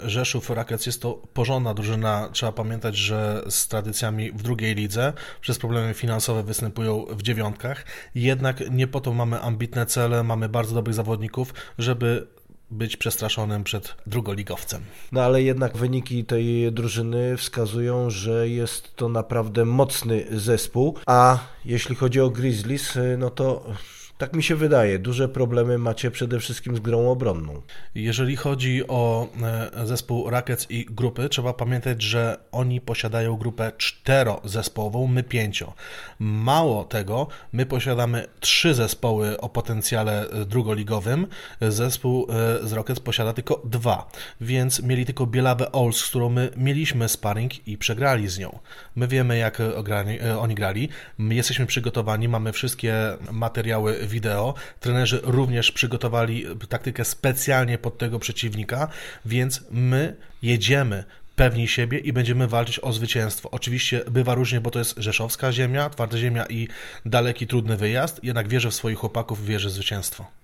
Rzeszów Rockets jest to porządna drużyna. Trzeba pamiętać, że z tradycjami w drugiej lidze przez problemy finansowe występują w dziewiątkach. Jednak nie po to mamy ambitne cele, mamy bardzo dobrych zawodników, żeby być przestraszonym przed drugoligowcem. No ale jednak wyniki tej drużyny wskazują, że jest to naprawdę mocny zespół, a jeśli chodzi o Grizzlies, no to tak mi się wydaje, duże problemy macie przede wszystkim z grą obronną. Jeżeli chodzi o zespół Rockets i grupy, trzeba pamiętać, że oni posiadają grupę 4-zespołową, my 5. Mało tego, my posiadamy 3 zespoły o potencjale drugoligowym, zespół z Rockets posiada tylko 2, więc mieli tylko Bielawę Ols, z którą my mieliśmy sparring i przegrali z nią. My wiemy, jak oni grali, my jesteśmy przygotowani, mamy wszystkie materiały wideo. Trenerzy również przygotowali taktykę specjalnie pod tego przeciwnika, więc my jedziemy pewni siebie i będziemy walczyć o zwycięstwo. Oczywiście bywa różnie, bo to jest rzeszowska ziemia, twarda ziemia i daleki, trudny wyjazd, jednak wierzę w swoich chłopaków, wierzę w zwycięstwo.